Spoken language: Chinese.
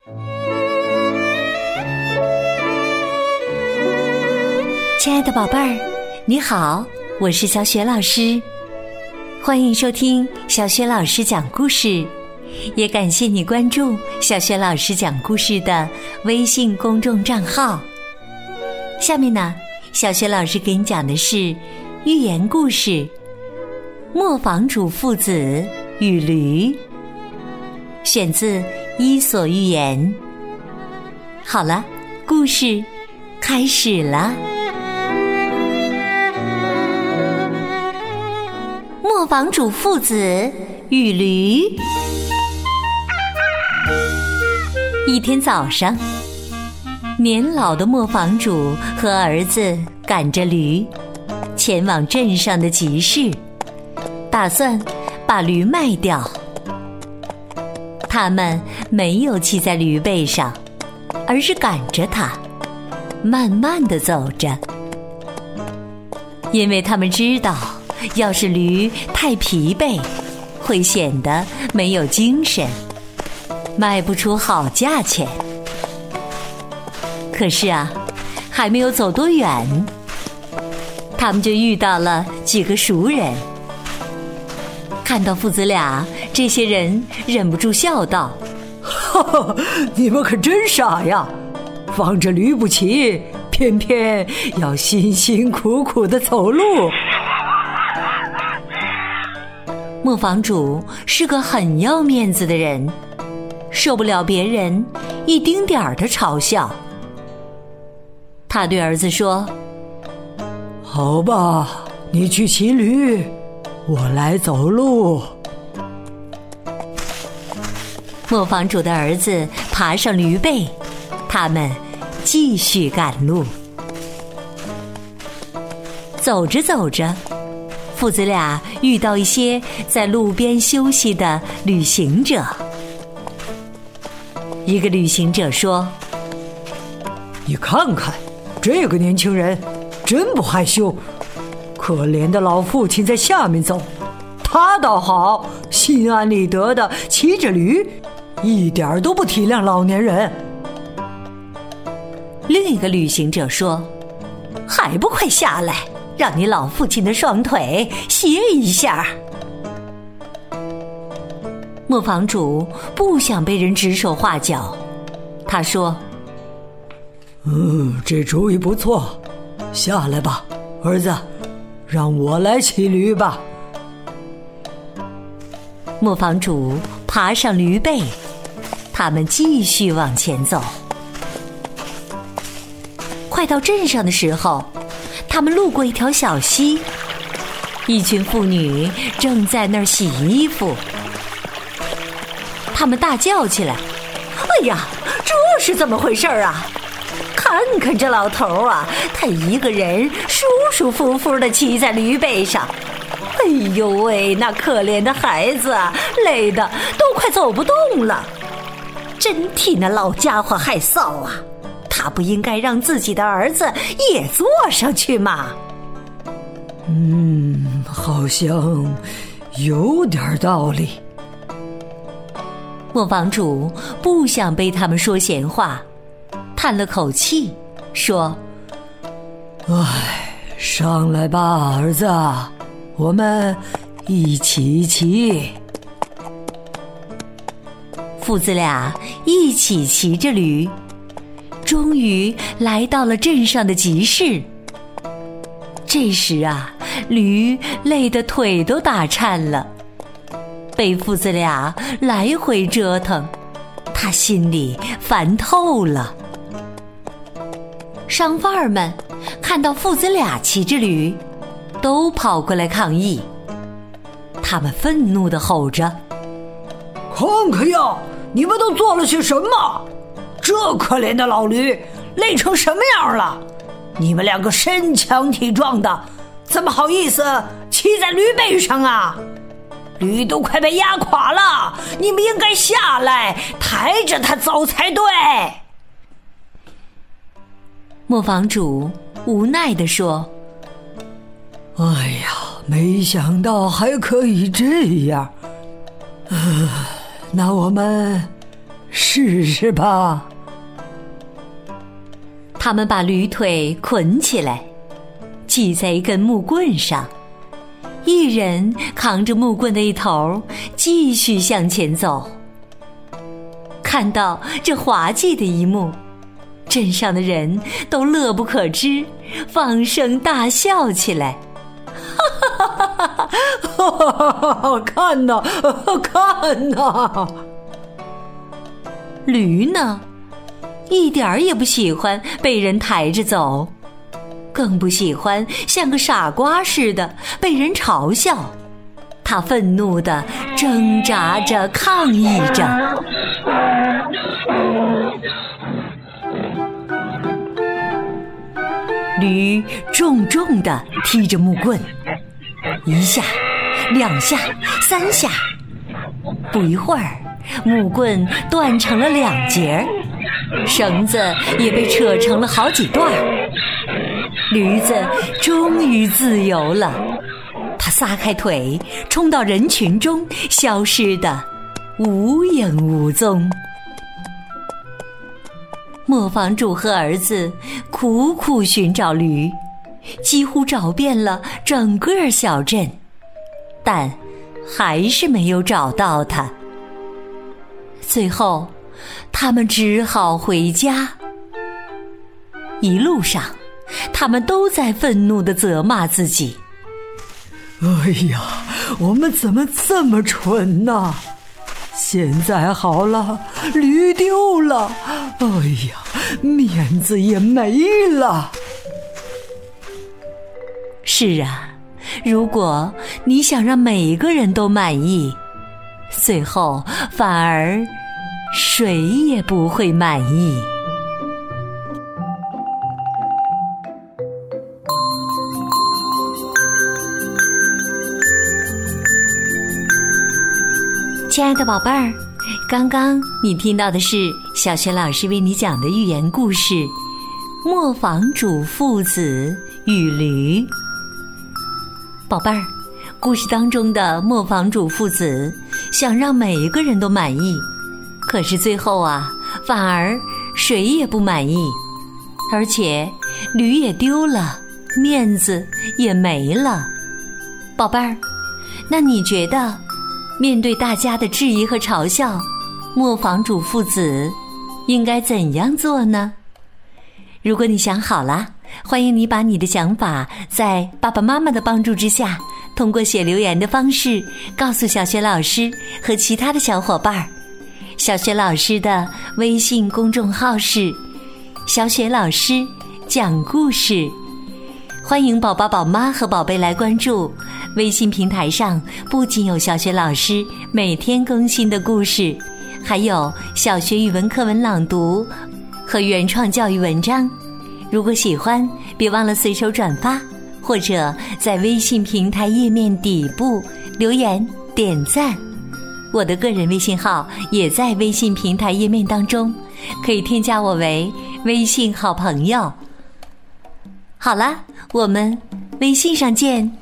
亲爱的宝贝儿，你好，我是小雪老师，欢迎收听小雪老师讲故事，也感谢你关注小雪老师讲故事的微信公众账号。下面呢，小雪老师给你讲的是寓言故事《磨坊主父子与驴》，选自《伊索寓言》。好了，故事开始了。磨坊主父子与驴。一天早上，年老的磨坊主和儿子赶着驴前往镇上的集市，打算把驴卖掉。他们没有骑在驴背上，而是赶着它慢慢地走着，因为他们知道要是驴太疲惫，会显得没有精神，卖不出好价钱。可是啊，还没有走多远，他们就遇到了几个熟人。看到父子俩，这些人忍不住笑道： 哈哈，你们可真傻呀，放着驴不骑，偏偏要辛辛苦苦地走路。 磨坊主是个很要面子的人，受不了别人一丁点儿的嘲笑。他对儿子说： 好吧，你去骑驴，我来走路。 磨坊主的儿子爬上驴背，他们继续赶路。走着走着，父子俩遇到一些在路边休息的旅行者。一个旅行者说： 你看看这个年轻人真不害羞，可怜的老父亲在下面走，他倒好，心安理得地骑着驴，一点都不体谅老年人。 另一个旅行者说：还不快下来，让你老父亲的双腿歇一下。磨坊主不想被人指手画脚，他说： 这主意不错，下来吧，儿子，让我来骑驴吧。 磨坊主爬上驴背，他们继续往前走。快到镇上的时候，他们路过一条小溪，一群妇女正在那儿洗衣服。他们大叫起来：哎呀，这是怎么回事啊？看看这老头啊，他一个人舒舒服服地骑在驴背上，哎呦喂，那可怜的孩子啊，累得都快走不动了，真替那老家伙害臊啊！他不应该让自己的儿子也坐上去吗？ 好像有点道理。 磨坊主不想被他们说闲话，叹了口气说： 上来吧，儿子，我们一起骑。 父子俩一起骑着驴，终于来到了镇上的集市。这时啊，驴累得腿都打颤了，被父子俩来回折腾，他心里烦透了。商贩儿们看到父子俩骑着驴，都跑过来抗议。他们愤怒地吼着： 看看呀，你们都做了些什么？这可怜的老驴累成什么样了？你们两个身强体壮的，怎么好意思骑在驴背上啊？驴都快被压垮了，你们应该下来抬着它走才对。 磨坊主无奈地说： 哎呀，没想到还可以这样。那我们试试吧。 他们把驴腿捆起来，系在一根木棍上，一人扛着木棍的一头，继续向前走。看到这滑稽的一幕，镇上的人都乐不可支，放声大笑起来。 哈哈哈哈！看呐，看呐！ 驴呢，一点儿也不喜欢被人抬着走，更不喜欢像个傻瓜似的被人嘲笑。他愤怒地挣扎着抗议着。驴重重地踢着木棍，一下两下三下，不一会儿木棍断成了2截，绳子也被扯成了好几段。驴子终于自由了，他撒开腿冲到人群中，消失得无影无踪。磨坊主和儿子苦苦寻找驴，几乎找遍了整个小镇，但还是没有找到它。最后他们只好回家。一路上他们都在愤怒地责骂自己。 哎呀，我们怎么这么蠢呢？现在好了，驴丢了，哎呀，面子也没了。 是啊，如果你想让每个人都满意，最后反而谁也不会满意。亲爱的宝贝儿，刚刚你听到的是小学老师为你讲的寓言故事《磨坊主父子与驴》。宝贝儿，故事当中的磨坊主父子想让每一个人都满意，可是最后啊，反而谁也不满意，而且驴也丢了，面子也没了。宝贝儿，那你觉得面对大家的质疑和嘲笑，磨坊主父子应该怎样做呢？如果你想好了，欢迎你把你的想法在爸爸妈妈的帮助之下，通过写留言的方式告诉小雪老师和其他的小伙伴。小雪老师的微信公众号是小雪老师讲故事，欢迎宝宝宝妈和宝贝来关注。微信平台上不仅有小学老师每天更新的故事，还有小学语文课文朗读和原创教育文章。如果喜欢，别忘了随手转发，或者在微信平台页面底部留言点赞。我的个人微信号也在微信平台页面当中，可以添加我为微信好朋友。好了，我们微信上见。